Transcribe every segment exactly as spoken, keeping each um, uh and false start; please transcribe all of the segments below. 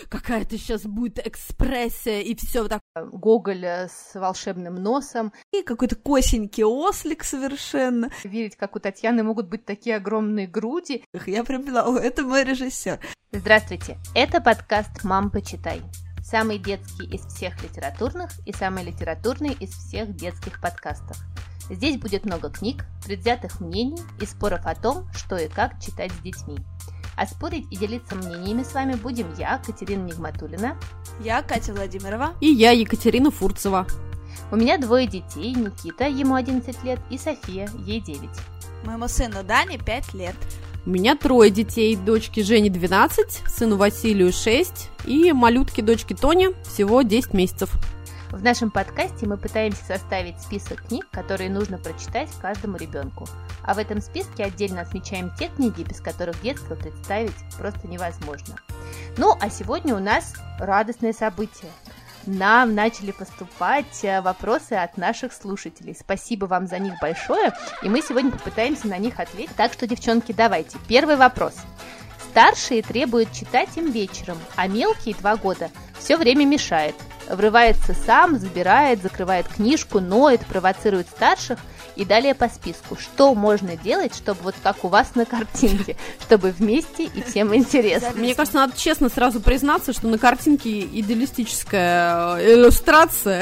какая-то сейчас будет экспрессия, и все так. Гоголь с волшебным носом. И какой-то косенький ослик совершенно. Верить, как у Татьяны могут быть такие огромные груди. Я прям поняла, о, это мой режиссер. Здравствуйте, это подкаст «Мам, почитай». Самый детский из всех литературных и самый литературный из всех детских подкастов. Здесь будет много книг, предвзятых мнений и споров о том, что и как читать с детьми. А спорить и делиться мнениями с вами будем я, Катерина Нигматуллина. Я, Катя Владимирова. И я, Екатерина Фурцева. У меня двое детей, Никита, ему одиннадцать лет, и София, ей девять. Моему сыну Дане пять лет. У меня трое детей, дочке Жене двенадцать, сыну Василию шесть и малютке дочке Тоне всего десять месяцев. В нашем подкасте мы пытаемся составить список книг, которые нужно прочитать каждому ребенку. А в этом списке отдельно отмечаем те книги, без которых детство представить просто невозможно. Ну, а сегодня у нас радостное событие. Нам начали поступать вопросы от наших слушателей. Спасибо вам за них большое, и мы сегодня попытаемся на них ответить. Так что, девчонки, давайте. Первый вопрос. Старшие требуют читать им вечером, а мелкие два года все время мешает. Врывается сам, забирает, закрывает книжку, ноет, провоцирует старших и далее по списку. Что можно делать, чтобы вот как у вас на картинке, чтобы вместе и всем интересно? Мне кажется, надо честно сразу признаться, что на картинке идеалистическая иллюстрация,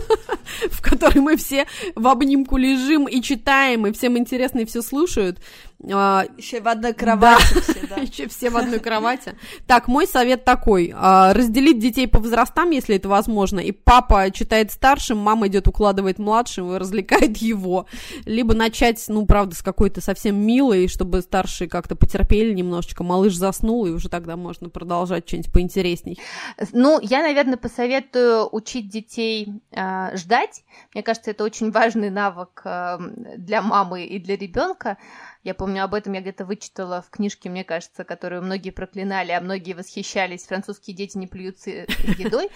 в которой мы все в обнимку лежим и читаем, и всем интересно, и все слушают. Еще в одной кровати да. все, да. Еще все в одной кровати. Так, мой совет такой. Разделить детей по возрастам, если это возможно. И папа читает старшим, мама идет укладывает младшим и развлекает его. Либо начать, ну, правда, с какой-то совсем милой, чтобы старшие как-то потерпели немножечко. Малыш заснул, и уже тогда можно продолжать что-нибудь поинтересней. Ну, я, наверное, посоветую учить детей э, ждать. Мне кажется, это очень важный навык э, для мамы и для ребенка. Я помню, об этом я где-то вычитала в книжке, мне кажется, которую многие проклинали, а многие восхищались. «Французские дети не плюются едой».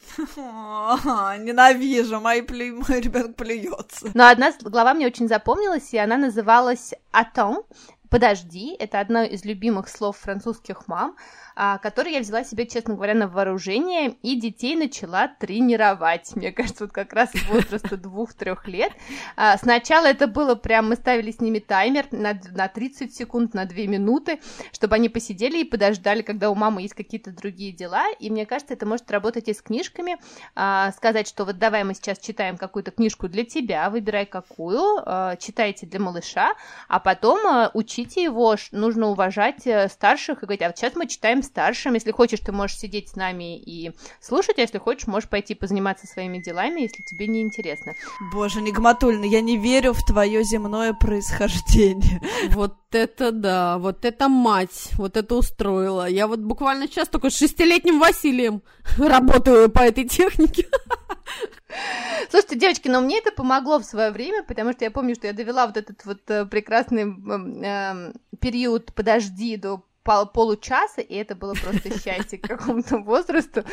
Ненавижу, мой, плю... мой ребенок плюется. Но одна глава мне очень запомнилась, и она называлась «Attends», «Подожди». Это одно из любимых слов французских мам, который я взяла себе, честно говоря, на вооружение, и детей начала тренировать. Мне кажется, вот как раз с возраста двух-трех лет. Сначала это было прям, мы ставили с ними таймер на, на тридцать секунд, на две минуты, чтобы они посидели и подождали, когда у мамы есть какие-то другие дела, и мне кажется, это может работать и с книжками, сказать, что вот давай мы сейчас читаем какую-то книжку для тебя, выбирай какую, читайте для малыша, а потом учите его, нужно уважать старших и говорить, а вот сейчас мы читаем старшим, если хочешь, ты можешь сидеть с нами и слушать, а если хочешь, можешь пойти позаниматься своими делами, если тебе не интересно. Боже, Нигматульна, я не верю в твое земное происхождение. Вот это да, вот это мать, вот это устроила. Я вот буквально сейчас только с шестилетним Василием работаю по этой технике. Слушайте, девочки, но мне это помогло в свое время, потому что я помню, что я довела вот этот вот прекрасный э, период «подожди» до получаса, и это было просто счастье к какому-то возрасту.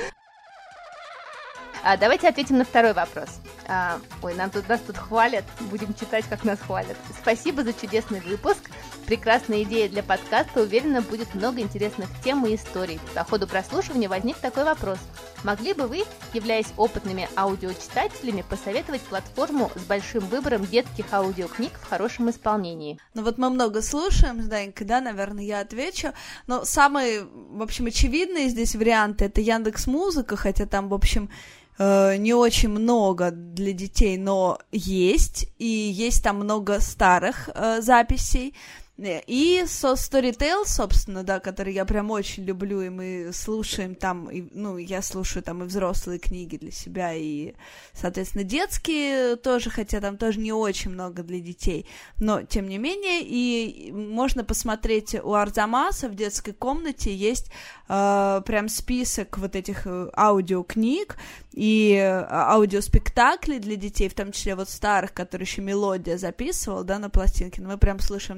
А, давайте ответим на второй вопрос. А, ой, нам тут, нас тут хвалят, будем читать, как нас хвалят. Спасибо за чудесный выпуск, прекрасная идея для подкаста, уверена, будет много интересных тем и историй. По ходу прослушивания возник такой вопрос. Могли бы вы, являясь опытными аудиочитателями, посоветовать платформу с большим выбором детских аудиокниг в хорошем исполнении? Ну вот мы много слушаем с Данькой, да, наверное, я отвечу. Но самый, в общем, очевидный здесь вариант — это Яндекс.Музыка, хотя там, в общем, не очень много для детей, но есть, и есть там много старых э, записей. И со Storytel, собственно, да, который я прям очень люблю, и мы слушаем там, и, ну, я слушаю там и взрослые книги для себя, и, соответственно, детские тоже, хотя там тоже не очень много для детей, но, тем не менее, и можно посмотреть у Арзамаса в детской комнате есть э, прям список вот этих аудиокниг и аудиоспектаклей для детей, в том числе вот старых, которые еще Мелодия записывала, да, на пластинке, но мы прям слушаем на тру пластинке,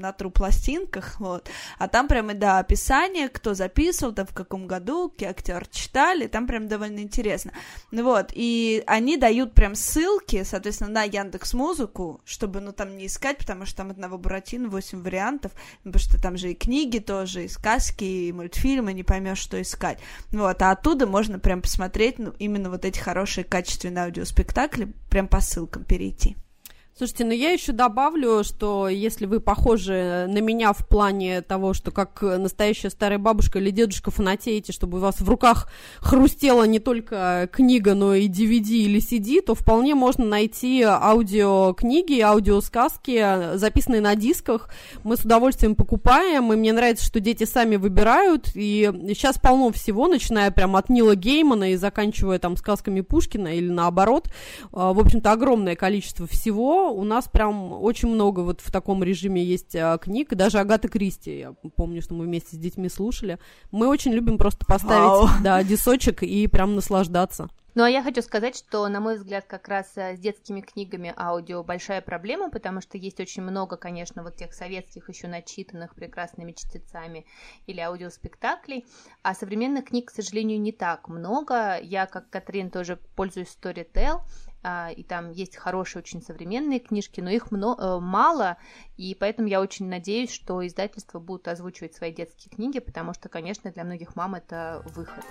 пластинках, вот, а там прямо, да, описание, кто записывал, там в каком году, какие актеры читали, там прям довольно интересно, вот, и они дают прям ссылки, соответственно, на Яндекс.Музыку, чтобы, ну, там не искать, потому что там одного Буратино восемь вариантов, потому что там же и книги тоже, и сказки, и мультфильмы, не поймешь, что искать, вот, а оттуда можно прям посмотреть, ну, именно вот эти хорошие, качественные аудиоспектакли, прям по ссылкам перейти. Слушайте, ну я еще добавлю, что если вы похожи на меня в плане того, что как настоящая старая бабушка или дедушка фанатеете, чтобы у вас в руках хрустела не только книга, но и ди ви ди или си ди, то вполне можно найти аудиокниги, аудиосказки, записанные на дисках. Мы с удовольствием покупаем, и мне нравится, что дети сами выбирают, и сейчас полно всего, начиная прям от Нила Геймана и заканчивая там сказками Пушкина или наоборот. В общем-то, огромное количество всего. У нас прям очень много вот в таком режиме есть а, книг, даже Агата Кристи, я помню, что мы вместе с детьми слушали. Мы очень любим просто поставить, да, дисочек и прям наслаждаться. Ну, а я хочу сказать, что, на мой взгляд, как раз с детскими книгами аудио большая проблема, потому что есть очень много, конечно, вот тех советских еще начитанных прекрасными чтецами или аудиоспектаклей, а современных книг, к сожалению, не так много. Я, как Катрин, тоже пользуюсь Storytel, и там есть хорошие, очень современные книжки, но их много, мало, и поэтому я очень надеюсь, что издательства будут озвучивать свои детские книги, потому что, конечно, для многих мам это выход.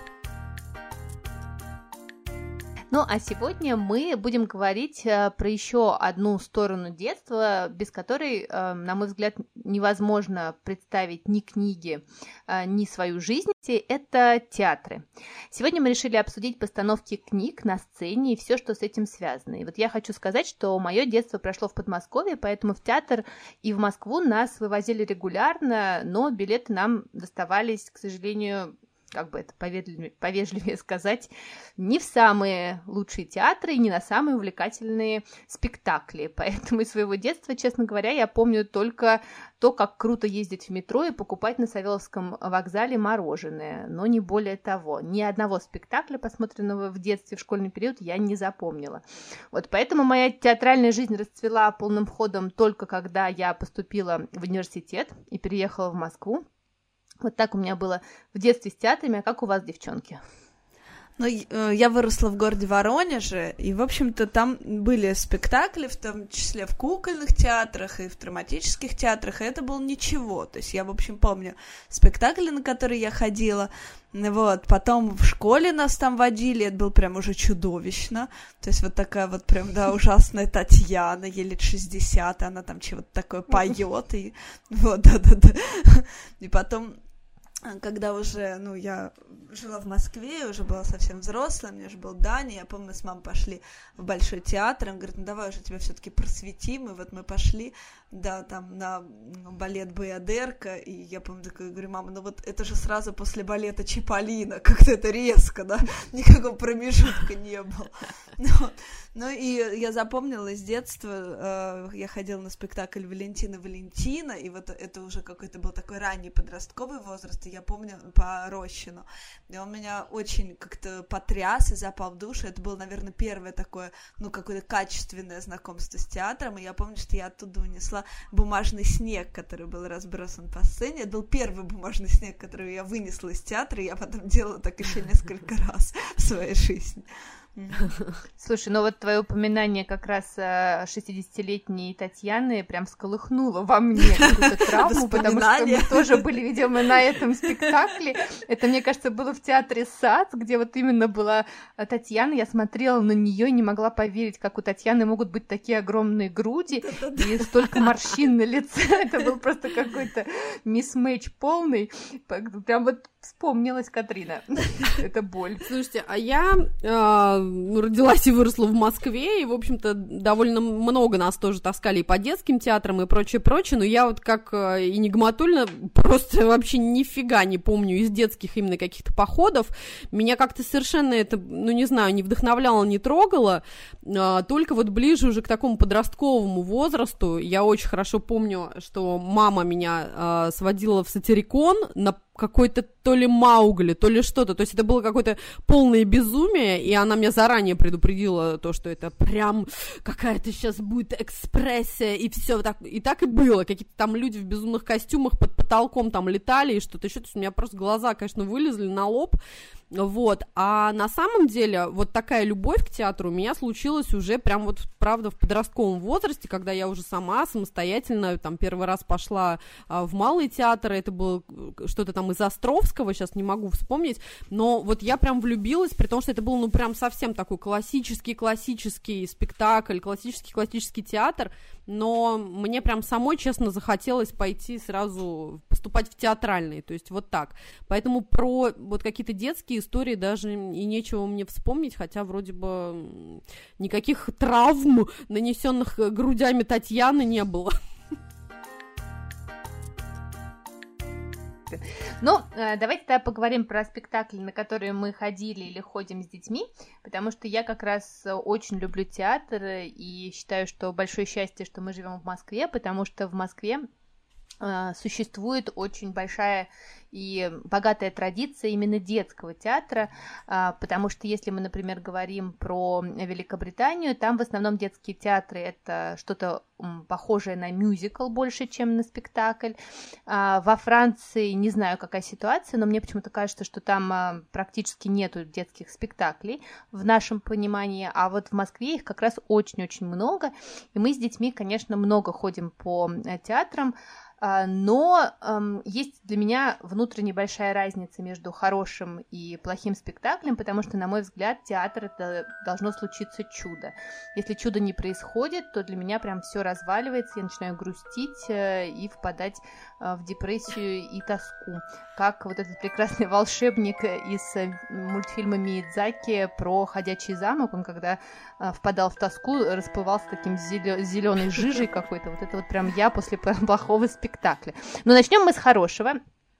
Ну, а сегодня мы будем говорить про еще одну сторону детства, без которой, на мой взгляд, невозможно представить ни книги, ни свою жизнь. Это театры. Сегодня мы решили обсудить постановки книг на сцене и все, что с этим связано. И вот я хочу сказать, что мое детство прошло в Подмосковье, поэтому в театр и в Москву нас вывозили регулярно, но билеты нам доставались, к сожалению, как бы это повежливее, повежливее сказать, не в самые лучшие театры и не на самые увлекательные спектакли. Поэтому из своего детства, честно говоря, я помню только то, как круто ездить в метро и покупать на Савеловском вокзале мороженое, но не более того. Ни одного спектакля, посмотренного в детстве в школьный период, я не запомнила. Вот поэтому моя театральная жизнь расцвела полным ходом только когда я поступила в университет и переехала в Москву. Вот так у меня было в детстве с театрами, а как у вас, девчонки? Ну, я выросла в городе Воронеже, и, в общем-то, там были спектакли, в том числе в кукольных театрах и в драматических театрах, и это было ничего. То есть я, в общем, помню спектакли, на которые я ходила, вот, потом в школе нас там водили, это было прям уже чудовищно, то есть вот такая вот прям, да, ужасная Татьяна, ей лет шестьдесят, она там чего-то такое поет, и вот, да-да-да, и потом... Когда уже, ну, я жила в Москве, уже была совсем взрослая, мне уже был Даня, я помню, мы с мамой пошли в Большой театр, он говорит, ну, давай уже тебя все-таки просветим, и вот мы пошли, да, там, на балет «Баядерка», и я помню, такая, говорю, мама, ну, вот это же сразу после балета «Чиполлино», как-то это резко, да, никакого промежутка не было, вот. Ну, и я запомнила с детства, э, я ходила на спектакль «Валентина, Валентина», и вот это уже какой-то был такой ранний подростковый возраст, и я помню по Рощину, и он меня очень как-то потряс и запал в душу, это было, наверное, первое такое, ну, какое-то качественное знакомство с театром, и я помню, что я оттуда унесла бумажный снег, который был разбросан по сцене, это был первый бумажный снег, который я вынесла из театра, и я потом делала так еще несколько раз в своей жизни. Слушай, ну вот твое упоминание как раз шестидесятилетней Татьяны прям всколыхнуло во мне какую-то травму, потому что мы тоже были, видимо, на этом спектакле. Это, мне кажется, было в театре САЦ, где вот именно была Татьяна. Я смотрела на нее и не могла поверить, как у Татьяны могут быть такие огромные груди и столько морщин на лице. Это был просто какой-то мисс-мэч полный. Прям вот вспомнилась Катрина. Это боль. Слушайте, а я э, родилась и выросла в Москве, и, в общем-то, довольно много нас тоже таскали и по детским театрам, и прочее-прочее, но я вот как э, энигматульно просто вообще нифига не помню из детских именно каких-то походов. Меня как-то совершенно это, ну, не знаю, не вдохновляло, не трогало, э, только вот ближе уже к такому подростковому возрасту. Я очень хорошо помню, что мама меня э, сводила в Сатирикон на какой-то то ли Маугли, то ли что-то. То есть это было какое-то полное безумие, и она меня заранее предупредила то, что это прям какая-то сейчас будет экспрессия, и все так. И так и было. Какие-то там люди в безумных костюмах под потолком там летали, и что-то еще. То есть у меня просто глаза, конечно, вылезли на лоб. Вот, а на самом деле вот такая любовь к театру у меня случилась уже прям вот, правда, в подростковом возрасте, когда я уже сама самостоятельно там первый раз пошла а, в малый театр, это было что-то там из Островского, сейчас не могу вспомнить, но вот я прям влюбилась, при том, что это был, ну, прям совсем такой классический-классический спектакль, классический-классический театр, но мне прям самой, честно, захотелось пойти сразу поступать в театральный, то есть вот так, поэтому про вот какие-то детские истории даже и нечего мне вспомнить, хотя вроде бы никаких травм, нанесенных грудями Татьяны, не было. Ну, давайте тогда поговорим про спектакли, на которые мы ходили или ходим с детьми, потому что я как раз очень люблю театр и считаю, что большое счастье, что мы живем в Москве, потому что в Москве существует очень большая и богатая традиция именно детского театра, потому что если мы, например, говорим про Великобританию, там в основном детские театры — это что-то похожее на мюзикл больше, чем на спектакль. Во Франции не знаю, какая ситуация, но мне почему-то кажется, что там практически нету детских спектаклей в нашем понимании, а вот в Москве их как раз очень-очень много, и мы с детьми, конечно, много ходим по театрам, но эм, есть для меня внутренне большая разница между хорошим и плохим спектаклем, потому что, на мой взгляд, театр — это должно случиться чудо. Если чудо не происходит, то для меня прям все разваливается, я начинаю грустить э, и впадать э, в депрессию и тоску. Как вот этот прекрасный волшебник из э, мультфильма Миядзаки про ходячий замок, он когда э, впадал в тоску, расплывался таким зеленой жижей какой-то. Вот это вот прям я после плохого спектакля. спектакля. Но начнем мы с хорошего.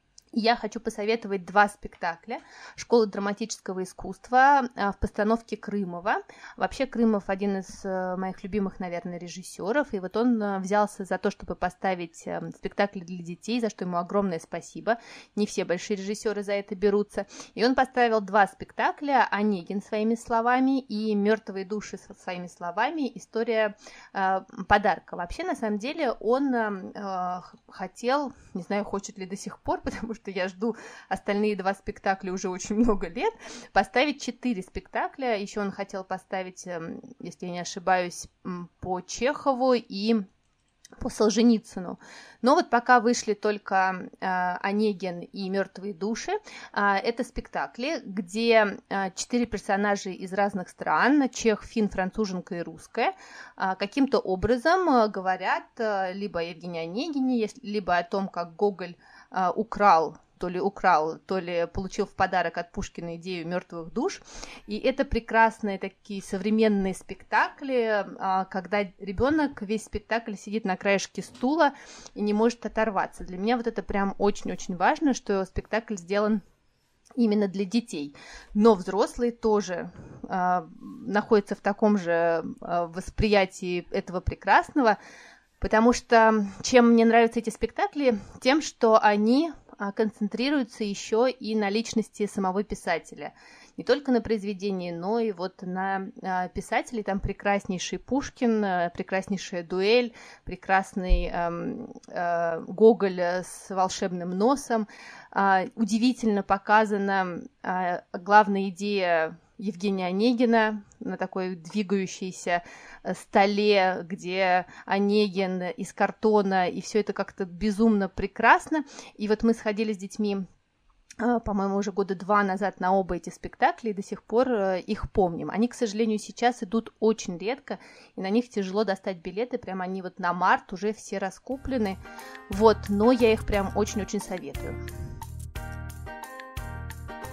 Я хочу посоветовать два спектакля «Школа драматического искусства» в постановке Крымова. Вообще Крымов один из моих любимых, наверное, режиссеров, и вот он взялся за то, чтобы поставить спектакль для детей, за что ему огромное спасибо. Не все большие режиссеры за это берутся. И он поставил два спектакля: «Онегин» своими словами и «Мертвые души» своими словами. История э, подарка. Вообще, на самом деле, он э, хотел, не знаю, хочет ли до сих пор, потому что что я жду остальные два спектакля уже очень много лет, поставить четыре спектакля. Еще он хотел поставить, если я не ошибаюсь, по Чехову и по Солженицыну. Но вот пока вышли только э, «Онегин» и «Мертвые души», э, это спектакли, где э, четыре персонажа из разных стран, чех, фин, француженка и русская, э, каким-то образом э, говорят э, либо о Евгении Онегине, либо о том, как Гоголь э, украл то ли украл, то ли получил в подарок от Пушкина идею «Мертвых душ». И это прекрасные такие современные спектакли, когда ребенок весь спектакль сидит на краешке стула и не может оторваться. Для меня вот это прям очень-очень важно, что спектакль сделан именно для детей. Но взрослые тоже э, находятся в таком же э, восприятии этого прекрасного, потому что чем мне нравятся эти спектакли, тем, что они концентрируются еще и на личности самого писателя. Не только на произведении, но и вот на писателей. Там прекраснейший Пушкин, прекраснейшая «Дуэль», прекрасный э, э, Гоголь с волшебным носом. Э, удивительно показана э, главная идея Евгения Онегина на такой двигающейся столе, где Онегин из картона, и все это как-то безумно прекрасно. И вот мы сходили с детьми, по-моему, уже года два назад на оба эти спектакля, и до сих пор их помним. Они, к сожалению, сейчас идут очень редко, и на них тяжело достать билеты, прям они вот на март уже все раскуплены, вот, но я их прям очень-очень советую.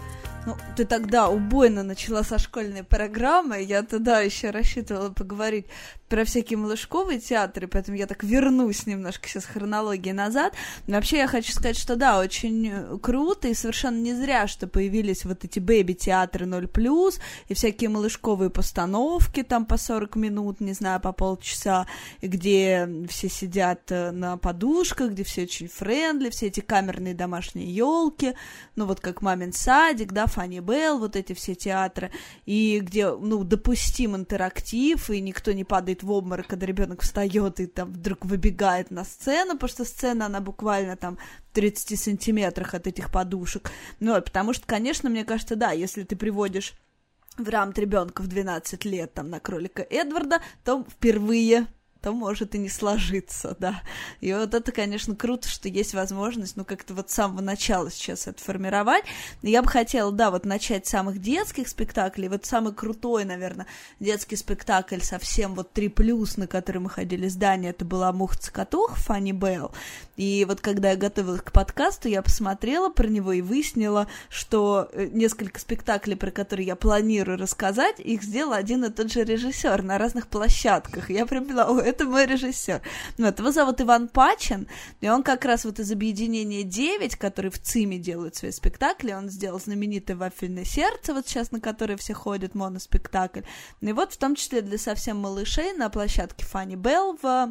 Ну, ты тогда убойно начала со школьной программы, я тогда еще рассчитывала поговорить про всякие малышковые театры, поэтому я так вернусь немножко сейчас хронологии назад. Но вообще я хочу сказать, что да, очень круто, и совершенно не зря, что появились вот эти бэби-театры ноль плюс, и всякие малышковые постановки там по сорок минут, не знаю, по полчаса, где все сидят на подушках, где все очень френдли, все эти камерные домашние елки, ну вот как «Мамин садик», да, «Фанни Белл», вот эти все театры, и где, ну, допустим интерактив, и никто не падает в обморок, когда ребенок встает и там вдруг выбегает на сцену, потому что сцена, она буквально там в тридцати сантиметрах от этих подушек. Ну, потому что, конечно, мне кажется, да, если ты приводишь в рамт ребенка в двенадцать лет там на кролика Эдварда, то впервые то может и не сложиться, да. И вот это, конечно, круто, что есть возможность, ну, как-то вот с самого начала сейчас это формировать. И я бы хотела, да, вот начать с самых детских спектаклей. Вот самый крутой, наверное, детский спектакль совсем вот три плюс, на который мы ходили с Даней, это была «Муха-цокотуха», «Фанни Белл». И вот когда я готовилась к подкасту, я посмотрела про него и выяснила, что несколько спектаклей, про которые я планирую рассказать, их сделал один и тот же режиссер на разных площадках. И я прям поняла, это мой режиссер. Вот, его зовут Иван Пачин, и он как раз вот из объединения девять, который в ЦИМе делают свои спектакли, он сделал знаменитое «Вафельное сердце», вот сейчас на которое все ходят, моноспектакль. И вот в том числе для совсем малышей на площадке «Фанни Белл» в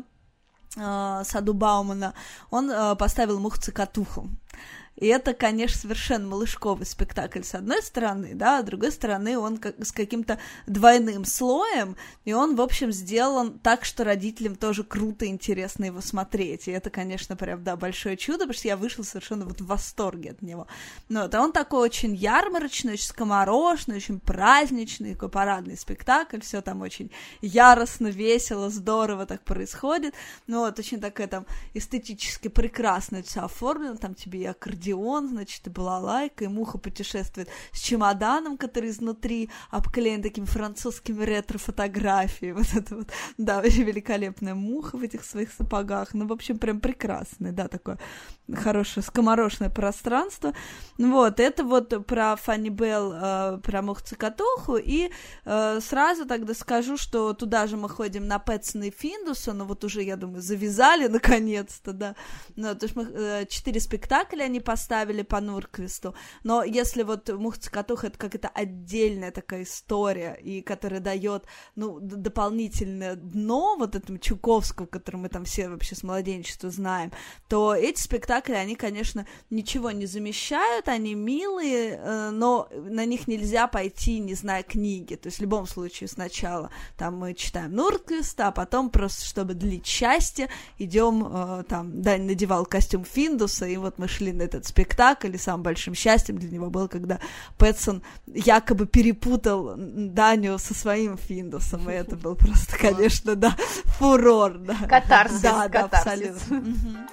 э, саду Баумана он э, поставил «Муха-цокотуху». И это, конечно, совершенно малышковый спектакль с одной стороны, да, а с другой стороны он как, с каким-то двойным слоем, и он, в общем, сделан так, что родителям тоже круто и интересно его смотреть. И это, конечно, прям, да, большое чудо, потому что я вышла совершенно вот в восторге от него. Ну, вот, а он такой очень ярмарочный, очень скоморошный, очень праздничный, такой парадный спектакль, все там очень яростно, весело, здорово так происходит. Ну, вот, очень такая там эстетически прекрасно все оформлено, там тебе и аккордеон, значит, и балалайка, и муха путешествует с чемоданом, который изнутри обклеен такими французскими ретро-фотографиями. Вот это вот, да, очень великолепная муха в этих своих сапогах. Ну, в общем, прям прекрасное, да, такое хорошее скоморошное пространство. Вот, это вот про Фанни Белл, э, про Муха-цокотуху, и э, сразу тогда скажу, что туда же мы ходим на Пэтсона и Финдуса, но вот уже, я думаю, завязали наконец-то, да. Ну, то есть мы э, четыре спектакля они поставили по Нурквисту, но если вот Муха-цокотуха — это какая-то отдельная такая история, и которая дает, ну, дополнительное дно вот этому Чуковскому, который мы там все вообще с младенчества знаем, то эти спектакли, они, конечно, ничего не замещают, они милые, но на них нельзя пойти, не зная книги, то есть в любом случае сначала там мы читаем Нурквиста, а потом просто, чтобы длить счастье, идем, там, Дань надевал костюм Финдуса, и вот мы шли на этот спектакль, и самым большим счастьем для него было, когда Пэтсон якобы перепутал Даню со своим Финдусом, и это был просто, конечно, да, фурор, да. Катарсис, да, да, катарсис. абсолютно.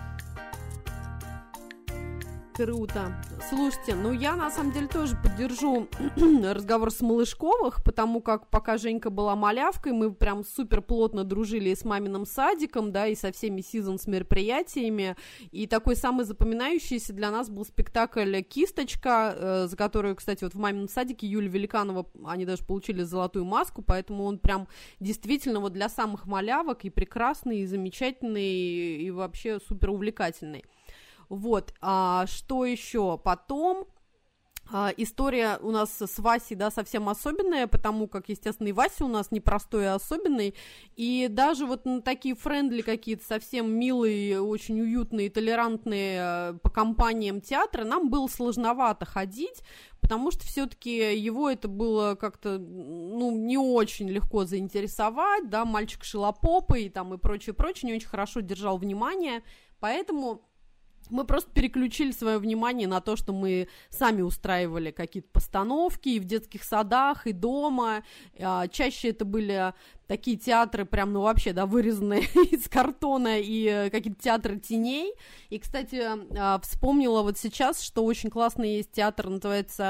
Круто. Слушайте, ну я на самом деле тоже поддержу разговор с Малышковых, потому как пока Женька была малявкой, мы прям супер плотно дружили и с маминым садиком, да, и со всеми сезонс мероприятиями, и такой самый запоминающийся для нас был спектакль «Кисточка», э, за которую, кстати, вот в мамином садике Юля Великанова, они даже получили золотую маску, поэтому он прям действительно вот для самых малявок и прекрасный, и замечательный, и вообще супер увлекательный. Вот, а что еще? Потом а, история у нас с Васей, да, совсем особенная, потому как, естественно, и Вася у нас непростой и особенный, и даже вот на такие френдли какие-то совсем милые, очень уютные, толерантные по компаниям театра нам было сложновато ходить, потому что все-таки его это было как-то, ну, не очень легко заинтересовать, да, мальчик шелопопый там и прочее-прочее, не очень хорошо держал внимание, поэтому мы просто переключили свое внимание на то, что мы сами устраивали какие-то постановки и в детских садах, и дома. Чаще это были такие театры прям, ну, вообще, да, вырезанные из картона и какие-то театры теней. И, кстати, вспомнила вот сейчас, что очень классный есть театр, называется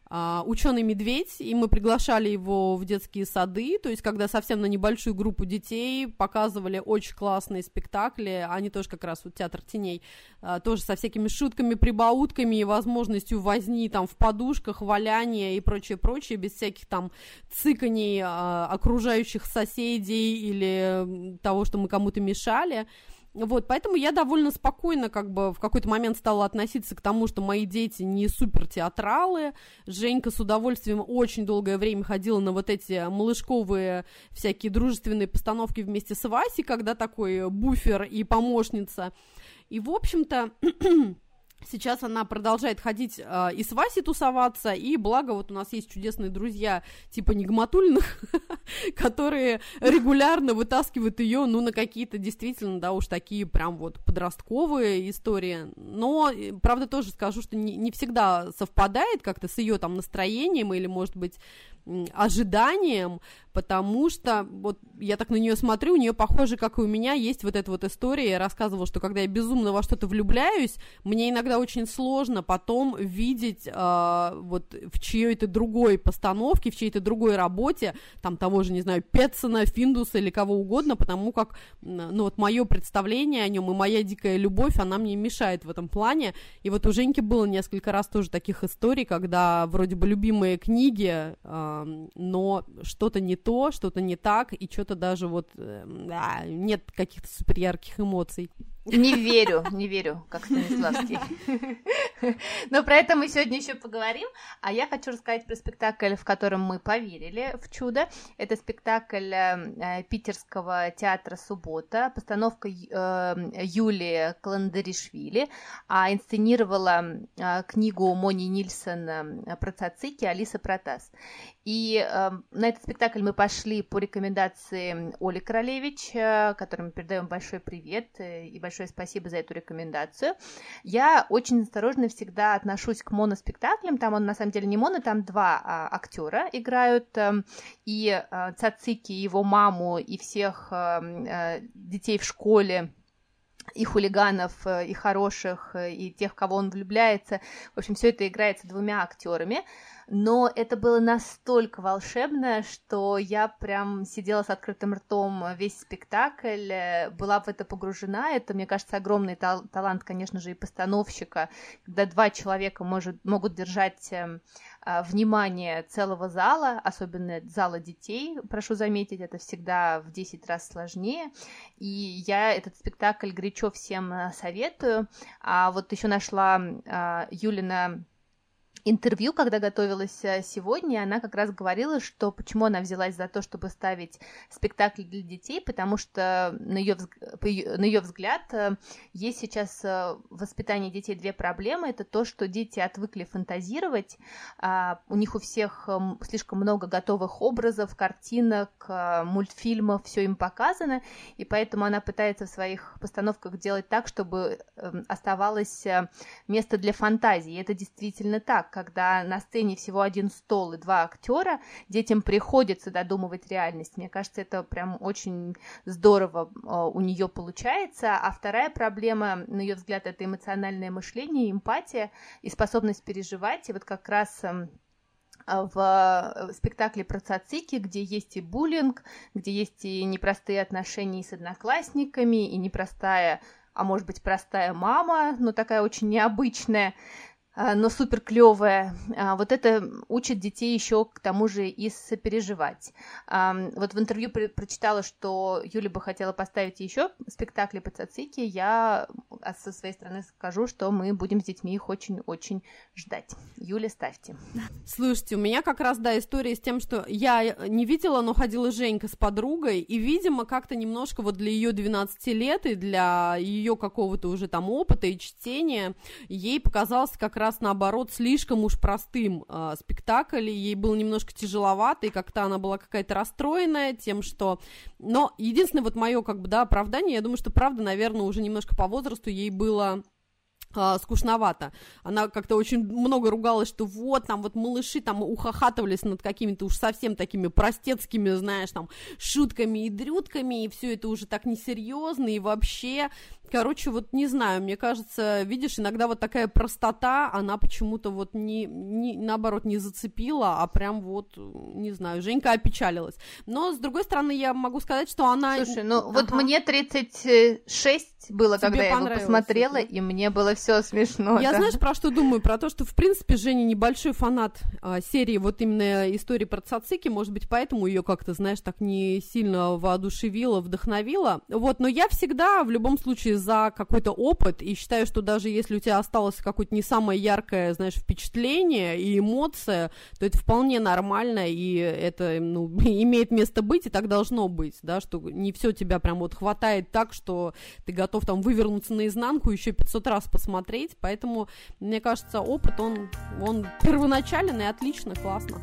«Ученый медведь», и мы приглашали его в детские сады, то есть когда совсем на небольшую группу детей показывали очень классные спектакли, они тоже как раз вот «Театр теней», тоже со всякими шутками, прибаутками и возможностью возни там в подушках, валяния и прочее-прочее, без всяких там цыканий окружающих соседей или того, что мы кому-то мешали. Вот, поэтому я довольно спокойно как бы в какой-то момент стала относиться к тому, что мои дети не супертеатралы. Женька с удовольствием очень долгое время ходила на вот эти малышковые всякие дружественные постановки вместе с Васей, когда такой буфер и помощница. И, в общем-то... Сейчас она продолжает ходить э, и с Васей тусоваться, и благо вот у нас есть чудесные друзья типа Нигматуллиных, которые регулярно вытаскивают ее, ну, на какие-то действительно, да, уж такие прям вот подростковые истории. Но, правда, тоже скажу, что не, не всегда совпадает как-то с ее там настроением или, может быть, ожиданием, потому что вот я так на нее смотрю, у нее, похоже, как и у меня, есть вот эта вот история. Я рассказывала, что когда я безумно во что-то влюбляюсь, мне иногда очень сложно потом видеть э, вот в чьей-то другой постановке, в чьей-то другой работе, там того же, не знаю, Петсона, Финдуса или кого угодно, потому как, ну вот мое представление о нем и моя дикая любовь, она мне мешает в этом плане. И вот у Женьки было несколько раз тоже таких историй, когда вроде бы любимые книги, э, но что-то не то, что-то не так, и что-то даже вот э, да, нет каких-то супер ярких эмоций. Не верю, не верю, как Станиславский. Но про это мы сегодня еще поговорим. А я хочу рассказать про спектакль, в котором мы поверили в чудо. Это спектакль э, Питерского театра «Суббота», постановка э, Юлии Кландаришвили, а инсценировала э, книгу Мони Нильсон э, про цацики Алиса Протас. И э, на этот спектакль мы пошли по рекомендации Оли Королевич, э, которой мы передаем большой привет э, и большое спасибо за эту рекомендацию. Я очень осторожно всегда отношусь к моноспектаклям. Там он на самом деле не моно, там два а, актера играют, э, и э, цацики, его маму, и всех э, э, детей в школе, и хулиганов, и хороших, и тех, в кого он влюбляется. В общем, все это играется двумя актерами. Но это было настолько волшебно, что я прям сидела с открытым ртом весь спектакль, была в это погружена. Это, мне кажется, огромный тал- талант, конечно же, и постановщика, когда два человека может, могут держать э, внимание целого зала, особенно зала детей, прошу заметить, это всегда в десять раз сложнее. И я этот спектакль горячо всем советую. А вот еще нашла э, Юлина интервью, когда готовилась сегодня, она как раз говорила, что почему она взялась за то, чтобы ставить спектакль для детей, потому что, на ее, на ее взгляд, есть сейчас в воспитании детей две проблемы. Это то, что дети отвыкли фантазировать, у них у всех слишком много готовых образов, картинок, мультфильмов, все им показано, и поэтому она пытается в своих постановках делать так, чтобы оставалось место для фантазии. И это действительно так. Когда на сцене всего один стол и два актера, детям приходится додумывать реальность. Мне кажется, это прям очень здорово у нее получается. А вторая проблема, на ее взгляд, это эмоциональное мышление, эмпатия и способность переживать. И вот как раз в спектакле про цацики, где есть и буллинг, где есть и непростые отношения с одноклассниками, и непростая, а может быть простая мама, но такая очень необычная, но супер клевая. Вот это учит детей еще к тому же и сопереживать. Вот в интервью прочитала, что Юля бы хотела поставить еще спектакли по цацике. Я со своей стороны скажу, что мы будем с детьми их очень-очень ждать. Юля, ставьте. Слушайте, у меня как раз, да, история с тем, что я не видела, но ходила Женька с подругой, и, видимо, как-то немножко вот для ее двенадцати лет и для ее какого-то уже там опыта и чтения ей показалось как раз наоборот, слишком уж простым э, спектакль, ей было немножко тяжеловато, и как-то она была какая-то расстроенная тем, что... Но единственное вот мое, как бы, да, оправдание, я думаю, что, правда, наверное, уже немножко по возрасту ей было... скучновато. Она как-то очень много ругалась, что вот, там вот малыши там ухахатывались над какими-то уж совсем такими простецкими, знаешь, там, шутками и дрютками, и все это уже так несерьезно, и вообще Короче, вот не знаю, мне кажется, видишь, иногда вот такая простота, она почему-то вот не, не, наоборот, не зацепила, а прям вот, не знаю, Женька опечалилась. Но, с другой стороны, я могу сказать, что она... Слушай, ну ага. вот мне тридцать шесть было, Тебе когда я его посмотрела, это? И мне было все смешно. Я, да. знаешь, про что думаю? Про то, что, в принципе, Женя небольшой фанат а, серии вот именно истории про цацики, может быть, поэтому ее как-то, знаешь, так не сильно воодушевила, вдохновила. Вот, но я всегда, в любом случае, за какой-то опыт, и считаю, что даже если у тебя осталось какое-то не самое яркое, знаешь, впечатление и эмоция, то это вполне нормально, и это, ну, имеет место быть, и так должно быть, да, что не все тебя прям вот хватает так, что ты готов там вывернуться наизнанку, еще пятьсот раз посмотреть, поэтому, мне кажется, опыт, он, он первоначален и отлично, классно.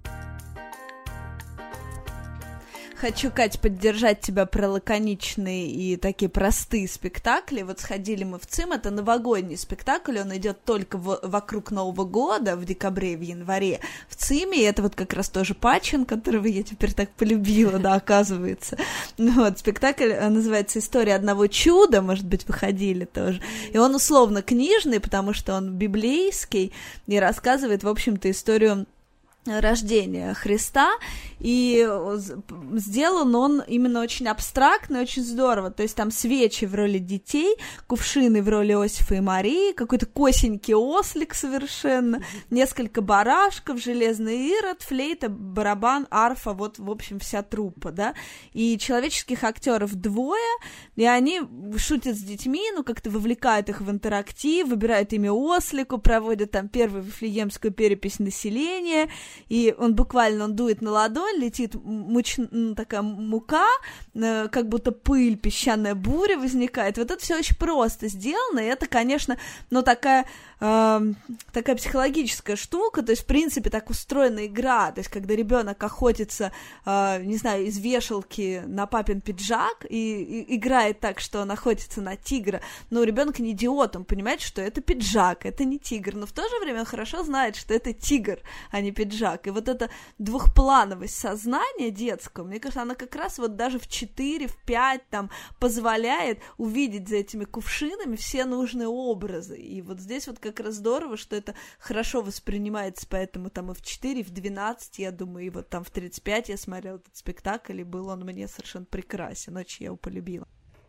Хочу, Кать, поддержать тебя про лаконичные и такие простые спектакли. Вот сходили мы в ЦИМ, это новогодний спектакль, он идет только в, вокруг Нового года, в декабре, в январе в ЦИМе, и это вот как раз тоже Пачин, которого я теперь так полюбила, да, оказывается. Вот, спектакль называется «История одного чуда», может быть, вы ходили тоже, и он условно книжный, потому что он библейский, и рассказывает, в общем-то, историю рождения Христа, и сделан он именно очень абстрактно, очень здорово, то есть там свечи в роли детей, кувшины в роли Иосифа и Марии, какой-то косенький ослик совершенно, несколько барашков, железный ирод, флейта, барабан, арфа, вот, в общем, вся труппа, да, и человеческих актеров двое, и они шутят с детьми, ну, как-то вовлекают их в интерактив, выбирают имя ослику, проводят там первую вифлеемскую перепись населения, и он буквально, он дует на ладонь, летит муч... такая мука, э, как будто пыль, песчаная буря возникает. Вот это все очень просто сделано, и это, конечно, ну, такая, э, такая психологическая штука, то есть, в принципе, так устроена игра, то есть, когда ребенок охотится, э, не знаю, из вешалки на папин пиджак и, и играет так, что он охотится на тигра, но ребенок не идиот, он понимает, что это пиджак, это не тигр, но в то же время он хорошо знает, что это тигр, а не пиджак. И вот эта двухплановость сознания детского, мне кажется, она как раз вот даже в четыре, в пять там позволяет увидеть за этими кувшинами все нужные образы. И вот здесь вот как раз здорово, что это хорошо воспринимается, поэтому там и в четыре, и в двенадцать, я думаю, и вот там в тридцать пять я смотрела этот спектакль, и был он мне совершенно прекрасен, очень я его полюбила.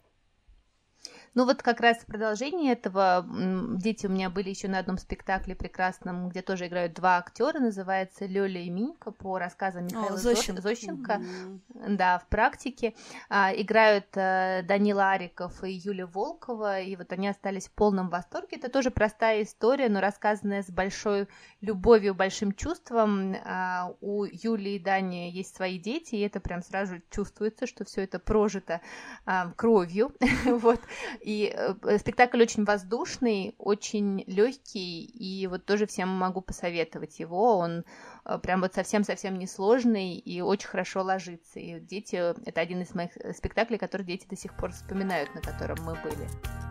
Ну вот как раз в продолжении этого дети у меня были еще на одном спектакле прекрасном, где тоже играют два актера, называется «Лёля и Минька» по рассказам Михаила О, Зощенко. Зощенко. Mm-hmm. Да, в практике. А, играют а, Данила Ариков и Юлия Волкова, и вот они остались в полном восторге. Это тоже простая история, но рассказанная с большой любовью, большим чувством. А, у Юлии и Дани есть свои дети, и это прям сразу чувствуется, что все это прожито а, кровью, вот. И э, спектакль очень воздушный, очень легкий, и вот тоже всем могу посоветовать его. Он э, прям вот совсем-совсем несложный и очень хорошо ложится. И дети, это один из моих спектаклей, который дети до сих пор вспоминают, на котором мы были.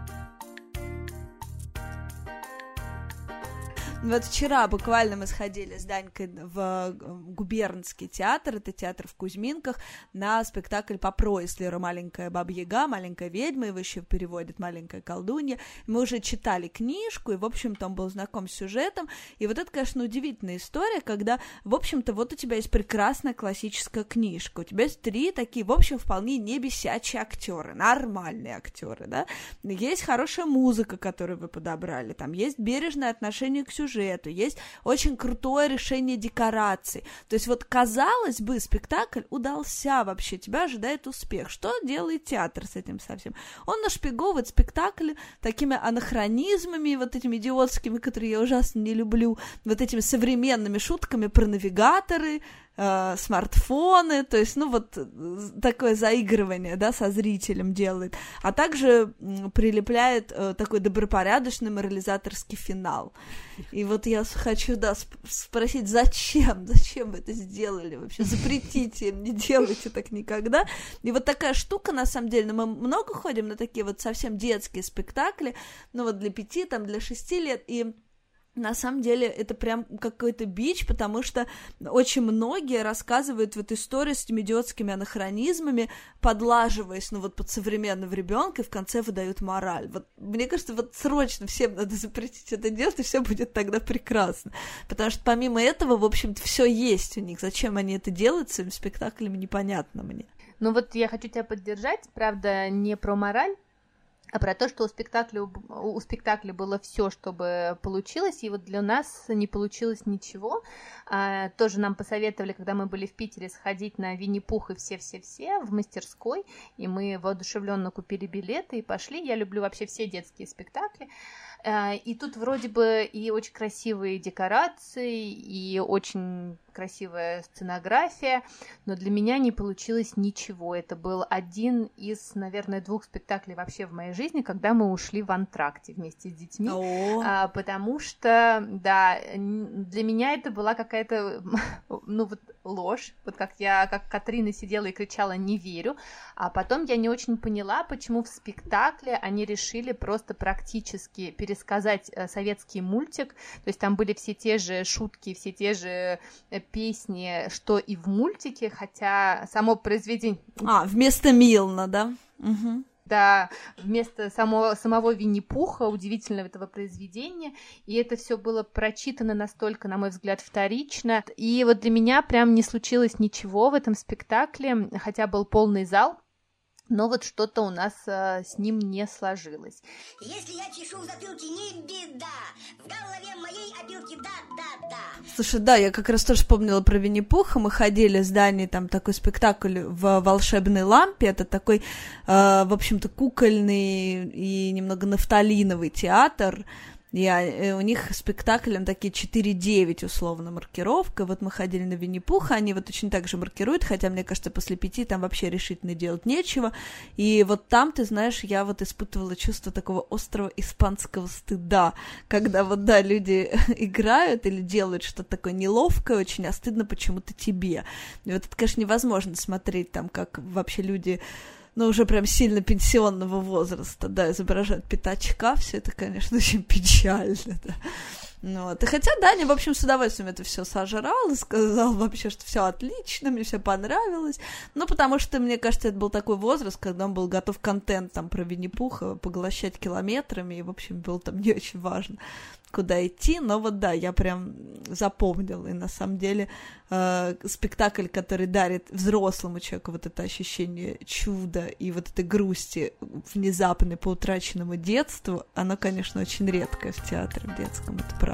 Вот вчера буквально мы сходили с Данькой в губернский театр, это театр в Кузьминках, на спектакль по Пройслеру «Маленькая баба-яга», «Маленькая ведьма», его еще переводят «Маленькая колдунья». Мы уже читали книжку, и, в общем-то, он был знаком с сюжетом, и вот это, конечно, удивительная история, когда, в общем-то, вот у тебя есть прекрасная классическая книжка, у тебя есть три такие, в общем, вполне не бесячие актеры, нормальные актеры, да, есть хорошая музыка, которую вы подобрали, там есть бережное отношение к сюжету, сюжету, есть очень крутое решение декораций. То есть вот, казалось бы, спектакль удался вообще, тебя ожидает успех. Что делает театр с этим совсем? Он нашпиговывает спектакль такими анахронизмами, вот этими идиотскими, которые я ужасно не люблю, вот этими современными шутками про навигаторы, э, смартфоны, то есть, ну, вот такое заигрывание, да, со зрителем делает, а также м, прилепляет э, такой добропорядочный морализаторский финал. И вот я хочу, да, сп- спросить, зачем, зачем вы это сделали вообще, запретите им, не делайте так никогда. И вот такая штука, на самом деле, мы много ходим на такие вот совсем детские спектакли, ну, вот для пяти, там, для шести лет, и на самом деле это прям какой-то бич, потому что очень многие рассказывают вот истории с этими идиотскими анахронизмами, подлаживаясь, ну, вот под современного ребенка, и в конце выдают мораль. Вот мне кажется, вот срочно всем надо запретить это делать, и все будет тогда прекрасно. Потому что помимо этого, в общем-то, все есть у них. Зачем они это делают своим спектаклем, непонятно мне. Ну вот я хочу тебя поддержать, правда, не про мораль, а про то, что у спектакля, у спектакля было все, чтобы получилось, и вот для нас не получилось ничего. А, тоже нам посоветовали, когда мы были в Питере, сходить на Винни-Пух и все-все-все в мастерской, и мы воодушевленно купили билеты и пошли. Я люблю вообще все детские спектакли. А, и тут вроде бы и очень красивые декорации, и очень красивая сценография, но для меня не получилось ничего. Это был один из, наверное, двух спектаклей вообще в моей жизни, когда мы ушли в антракте вместе с детьми, а, потому что, да, для меня это была какая-то, ну вот, ложь, вот как я, как Катрина сидела и кричала «не верю», а потом я не очень поняла, почему в спектакле они решили просто практически пересказать советский мультик, то есть там были все те же шутки, все те же песни, что и в мультике, хотя само произведение... А, вместо Милна, да? Угу. Да, вместо самого, самого Винни-Пуха, удивительного этого произведения, и это все было прочитано настолько, на мой взгляд, вторично, и вот для меня прям не случилось ничего в этом спектакле, хотя был полный зал, но вот что-то у нас а, с ним не сложилось. Если я чешу в затылке, не беда. В голове моей обилки, да-да-да. Слушай, да, я как раз тоже вспомнила про Винни-Пуха. Мы ходили с Даней, там такой спектакль в «Волшебной лампе». Это такой, э, в общем-то, кукольный и немного нафталиновый театр. Я, у них спектаклем такие четыре девять условно маркировка. Вот мы ходили на Винни-Пуха, они вот очень так же маркируют, хотя, мне кажется, после пяти там вообще решительно делать нечего. И вот там, ты знаешь, я вот испытывала чувство такого острого испанского стыда, когда вот, да, люди играют или делают что-то такое неловкое очень, а стыдно почему-то тебе. И вот это, конечно, невозможно смотреть там, как вообще люди... но уже прям сильно пенсионного возраста, да, изображают пятачка, все это, конечно, очень печально, да. Ну, вот. И хотя Даня, в общем, с удовольствием это все сожрал и сказал вообще, что все отлично, мне все понравилось. Ну, потому что, мне кажется, это был такой возраст, когда он был готов контент там про Винни-Пуха поглощать километрами, и, в общем, было там не очень важно, куда идти. Но вот да, я прям запомнила. И на самом деле э, спектакль, который дарит взрослому человеку вот это ощущение чуда и вот этой грусти внезапной по утраченному детству, оно, конечно, очень редкое в театре в детском, это правда.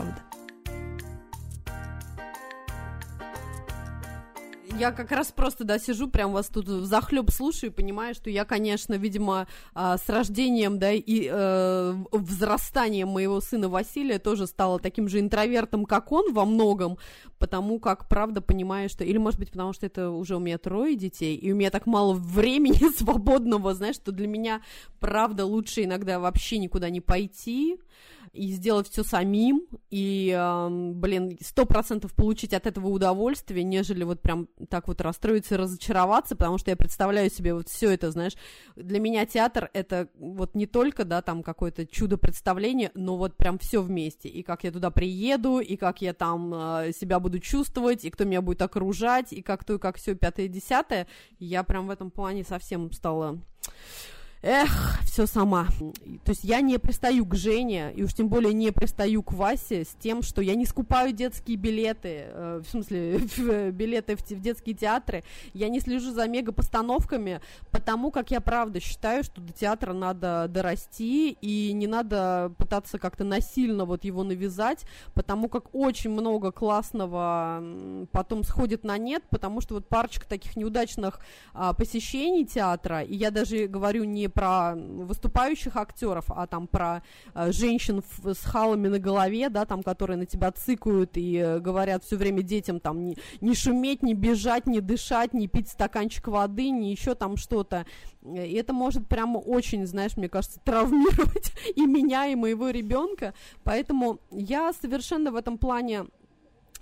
Я как раз просто, да, сижу, прям вас тут взахлёб слушаю и понимаю, что я, конечно, видимо, с рождением, да, и э, взрастанием моего сына Василия тоже стала таким же интровертом, как он во многом, потому как, правда, понимаю, что... Или, может быть, потому что это уже у меня трое детей, и у меня так мало времени свободного, знаешь, что для меня, правда, лучше иногда вообще никуда не пойти, и сделать все самим, и, э, блин, сто процентов получить от этого удовольствие, нежели вот прям так вот расстроиться и разочароваться, потому что я представляю себе вот все это, знаешь, для меня театр — это вот не только, да, там какое-то чудо-представление, но вот прям все вместе, и как я туда приеду, и как я там э, себя буду чувствовать, и кто меня будет окружать, и как то, и как все, пятое, десятое, я прям в этом плане совсем стала... Эх, все сама. То есть я не пристаю к Жене, и уж тем более не пристаю к Васе с тем, что я не скупаю детские билеты, э, в смысле, билеты в, в детские театры, я не слежу за мега-постановками, потому как я правда считаю, что до театра надо дорасти, и не надо пытаться как-то насильно вот его навязать, потому как очень много классного потом сходит на нет, потому что вот парочка таких неудачных а, посещений театра, и я даже говорю не про выступающих актеров, а там про э, женщин в, с халами на голове, да, там, которые на тебя цыкают и э, говорят все время детям там не, не шуметь, не бежать, не дышать, не пить стаканчик воды, не еще там что-то. И это может прямо очень, знаешь, мне кажется, травмировать и меня, и моего ребенка. Поэтому я совершенно в этом плане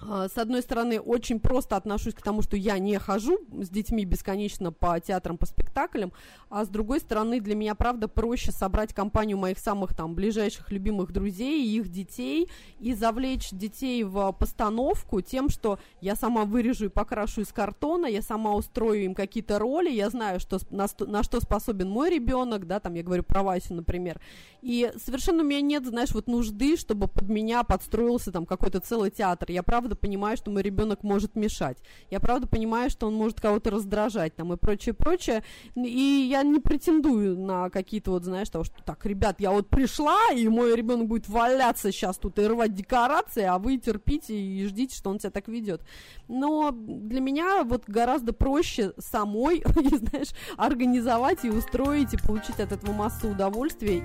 С одной стороны, очень просто отношусь к тому, что я не хожу с детьми бесконечно по театрам, по спектаклям, а с другой стороны, для меня, правда, проще собрать компанию моих самых там ближайших любимых друзей и их детей и завлечь детей в постановку тем, что я сама вырежу и покрашу из картона, я сама устрою им какие-то роли, я знаю, что, на, на что способен мой ребенок, да, там я говорю про Васю, например, и совершенно у меня нет, знаешь, вот нужды, чтобы под меня подстроился там какой-то целый театр. Я, правда, понимаю, что мой ребенок может мешать. Я, правда, понимаю, что он может кого-то раздражать там и прочее, прочее. И я не претендую на какие-то вот, знаешь, того, что так, ребят, я вот пришла, и мой ребенок будет валяться сейчас тут и рвать декорации, а вы терпите и ждите, что он себя так ведет. Но для меня вот гораздо проще самой, знаешь, организовать и устроить, и получить от этого массу удовольствия.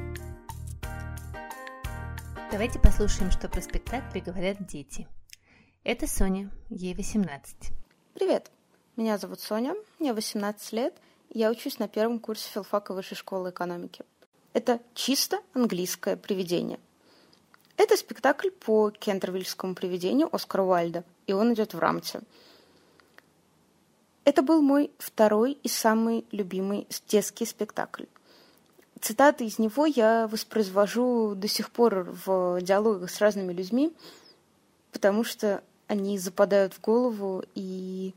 Давайте послушаем, что про спектакль говорят дети. Это Соня, ей восемнадцать. Привет, меня зовут Соня, мне восемнадцать лет, и я учусь на первом курсе филфака Высшей школы экономики. Это чисто английское привидение. Это спектакль по кентервильскому привидению Оскара Уайльда, и он идет в Рамте. Это был мой второй и самый любимый детский спектакль. Цитаты из него я воспроизвожу до сих пор в диалогах с разными людьми, потому что они западают в голову и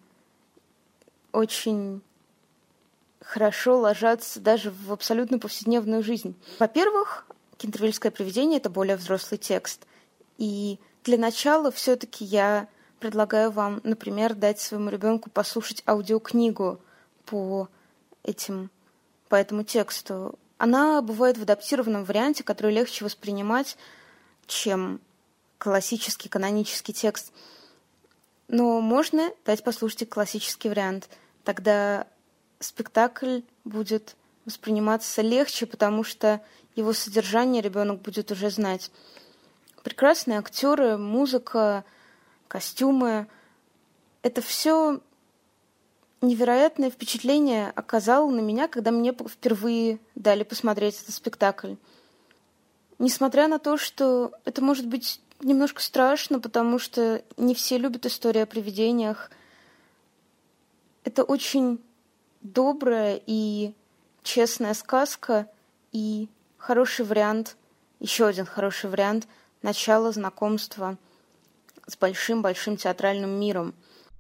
очень хорошо ложатся даже в абсолютно повседневную жизнь. Во-первых, кентервильское привидение — это более взрослый текст. И для начала все-таки я предлагаю вам, например, дать своему ребенку послушать аудиокнигу по этим, по этому тексту. Она бывает в адаптированном варианте, который легче воспринимать, чем классический канонический текст. Но можно дать послушать и классический вариант. Тогда спектакль будет восприниматься легче, потому что его содержание ребенок будет уже знать. Прекрасные актеры, музыка, костюмы — это все невероятное впечатление оказало на меня, когда мне впервые дали посмотреть этот спектакль. Несмотря на то, что это может быть немножко страшно, потому что не все любят истории о привидениях. Это очень добрая и честная сказка и хороший вариант, еще один хороший вариант начала знакомства с большим-большим театральным миром.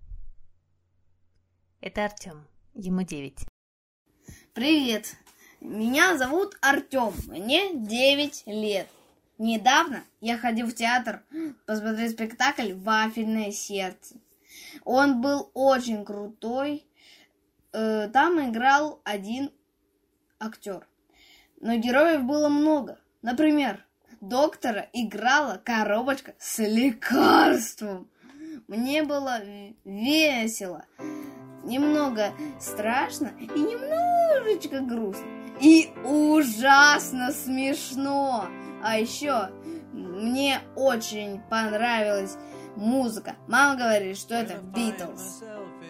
Это Артём, ему девять. Привет, меня зовут Артём, мне девять лет. Недавно я ходил в театр посмотреть спектакль «Вафельное сердце». Он был очень крутой. Там играл один актер. Но героев было много. Например, доктора играла коробочка с лекарством. Мне было весело, немного страшно и немножечко грустно. И ужасно смешно. А еще мне очень понравилась музыка. Мама говорит, что это Битлз.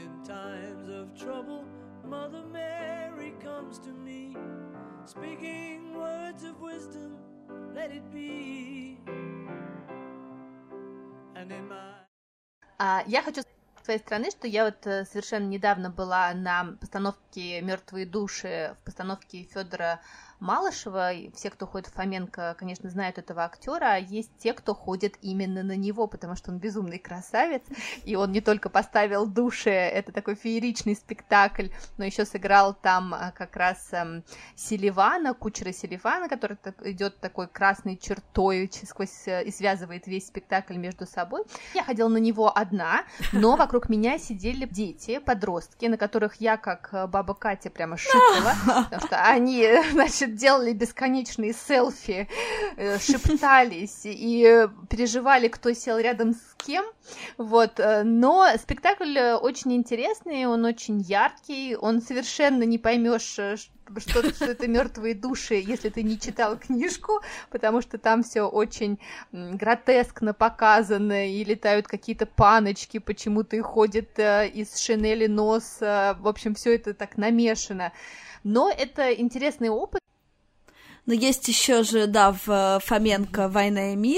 А, я хочу с своей стороны, что я вот совершенно недавно была на постановке «Мертвые души», в постановке Федора Малышева. Все, кто ходит в Фоменко, конечно, знают этого актера, а есть те, кто ходит именно на него, потому что он безумный красавец, и он не только поставил «Души», это такой фееричный спектакль, но еще сыграл там как раз эм, Селивана, кучера Селивана, который идет такой красной чертой сквозь и связывает весь спектакль между собой. Я ходила на него одна, но вокруг меня сидели дети, подростки, на которых я, как баба Катя, прямо шикала, потому что они, значит, делали бесконечные селфи, шептались и переживали, кто сел рядом с кем, вот, но спектакль очень интересный, он очень яркий, он совершенно не поймешь, что, что это «Мертвые души», если ты не читал книжку, потому что там все очень гротескно показано, и летают какие-то паночки, почему-то и ходят из шинели нос, в общем, все это так намешано, но это интересный опыт. Но есть еще же, да, в Фоменко «Война и мир»,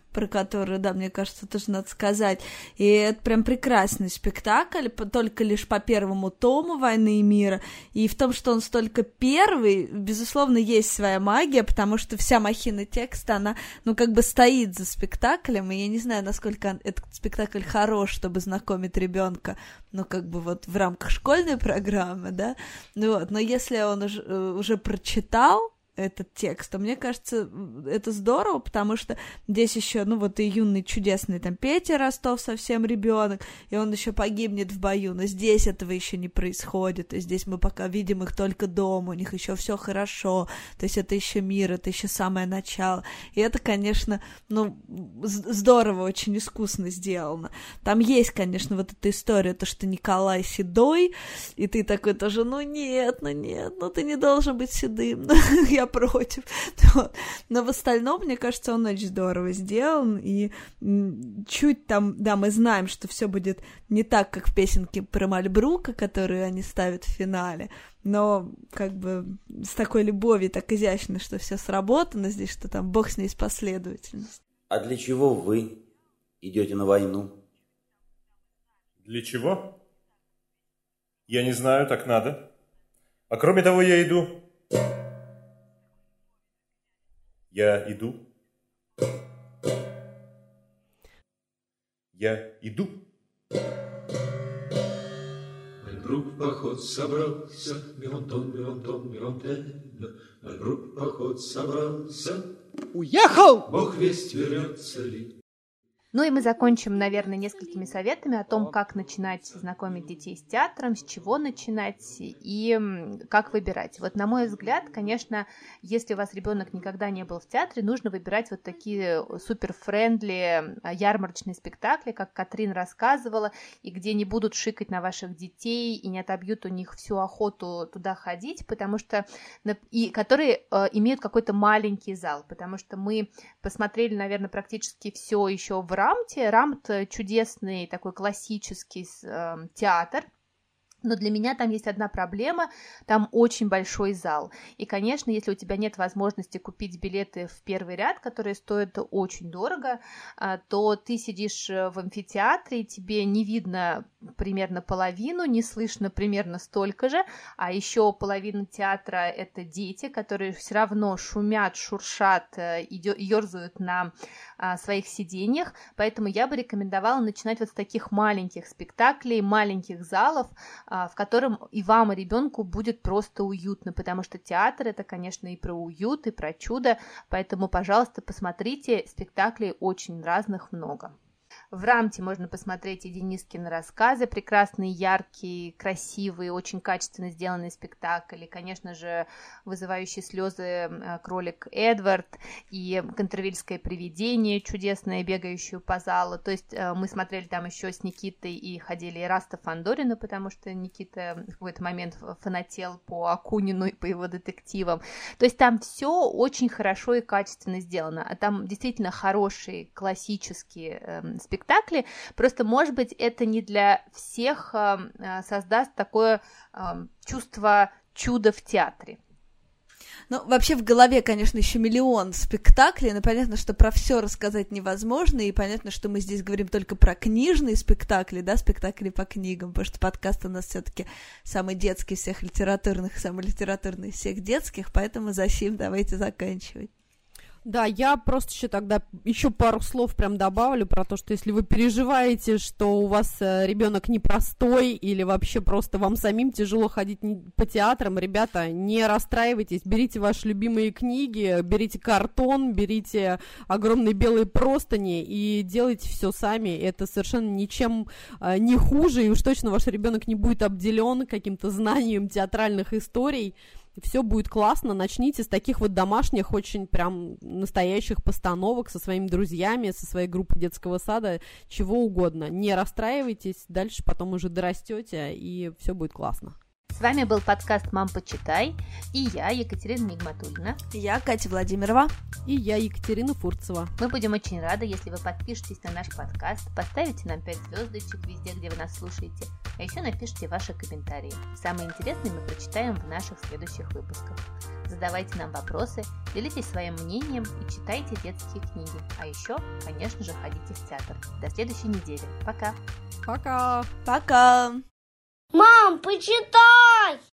про которую, да, мне кажется, тоже надо сказать. И это прям прекрасный спектакль, только лишь по первому тому «Войны и мира». И в том, что он столько первый, безусловно, есть своя магия, потому что вся махина текста, она, ну, как бы стоит за спектаклем, и я не знаю, насколько этот спектакль хорош, чтобы знакомить ребенка, ну, как бы вот в рамках школьной программы, да, ну вот, но если он уже, уже прочитал этот текст, то мне кажется, это здорово, потому что здесь еще, ну вот и юный чудесный там Петя Ростов совсем ребенок, и он еще погибнет в бою, но здесь этого еще не происходит, и здесь мы пока видим их только дома, у них еще все хорошо, то есть это еще мир, это еще самое начало, и это, конечно, ну, здорово, очень искусно сделано. Там есть, конечно, вот эта история, то, что Николай седой, и ты такой тоже, ну нет, ну нет, ну ты не должен быть седым, я против. Вот. Но в остальном, мне кажется, он очень здорово сделан, и чуть там, да, мы знаем, что все будет не так, как в песенке про Мальбрука, которую они ставят в финале, но как бы с такой любовью, так изящно, что все сработано здесь, что там бог с ней с последовательностью. А для чего вы идете на войну? Для чего? Я не знаю, так надо. А кроме того, я иду... Я иду. Я иду. Мальбрук в поход собрался, Мирон-тон, Мирон-тон, Мирон-тен. Мальбрук в поход собрался. Уехал! Бог весть, вернется ли. Ну и мы закончим, наверное, несколькими советами о том, как начинать знакомить детей с театром, с чего начинать и как выбирать. Вот на мой взгляд, конечно, если у вас ребенок никогда не был в театре, нужно выбирать вот такие супер-френдли ярмарочные спектакли, как Катрин рассказывала, и где не будут шикать на ваших детей и не отобьют у них всю охоту туда ходить, потому что и которые э, имеют какой-то маленький зал, потому что мы посмотрели, наверное, практически все еще в Рамте. Рамт чудесный такой классический э, театр, но для меня там есть одна проблема, там очень большой зал, и, конечно, если у тебя нет возможности купить билеты в первый ряд, которые стоят очень дорого, то ты сидишь в амфитеатре, и тебе не видно примерно половину, не слышно примерно столько же, а еще половина театра — это дети, которые все равно шумят, шуршат и ерзают на своих сиденьях, поэтому я бы рекомендовала начинать вот с таких маленьких спектаклей, маленьких залов, в котором и вам, и ребенку будет просто уютно, потому что театр — это, конечно, и про уют, и про чудо, поэтому, пожалуйста, посмотрите, спектаклей очень разных много. В Рамте можно посмотреть и Денискины рассказы, прекрасные, яркие, красивые, очень качественно сделанный спектакль, и, конечно же, вызывающий слезы кролик Эдвард, и Кантервильское привидение, чудесное, бегающее по залу. То есть мы смотрели там еще с Никитой и ходили Ираста Фандорина, потому что Никита в какой-то момент фанател по Акунину и по его детективам. То есть там все очень хорошо и качественно сделано, а там действительно хорошие классические э, спектакли. спектакли, просто, может быть, это не для всех э, создаст такое э, чувство чуда в театре. Ну, вообще в голове, конечно, еще миллион спектаклей, но понятно, что про все рассказать невозможно, и понятно, что мы здесь говорим только про книжные спектакли, да, спектакли по книгам, потому что подкаст у нас все-таки самый детский из всех литературных, самый литературный из всех детских, поэтому за сим давайте заканчивать. Да, я просто еще тогда еще пару слов прям добавлю про то, что если вы переживаете, что у вас ребенок непростой или вообще просто вам самим тяжело ходить по театрам, ребята, не расстраивайтесь, берите ваши любимые книги, берите картон, берите огромные белые простыни и делайте все сами. Это совершенно ничем не хуже, и уж точно ваш ребенок не будет обделен каким-то знанием театральных историй. Все будет классно, начните с таких вот домашних, очень прям настоящих постановок со своими друзьями, со своей группой детского сада, чего угодно. Не расстраивайтесь, дальше потом уже дорастете, и все будет классно. С вами был подкаст «Мам, почитай» и я, Екатерина Нигматульна. Я, Катя Владимирова. И я, Екатерина Фурцева. Мы будем очень рады, если вы подпишетесь на наш подкаст, поставите нам пять звездочек везде, где вы нас слушаете, а еще напишите ваши комментарии. Самые интересные мы прочитаем в наших следующих выпусках. Задавайте нам вопросы, делитесь своим мнением и читайте детские книги. А еще, конечно же, ходите в театр. До следующей недели. Пока! Пока! Пока! Мам, почитай!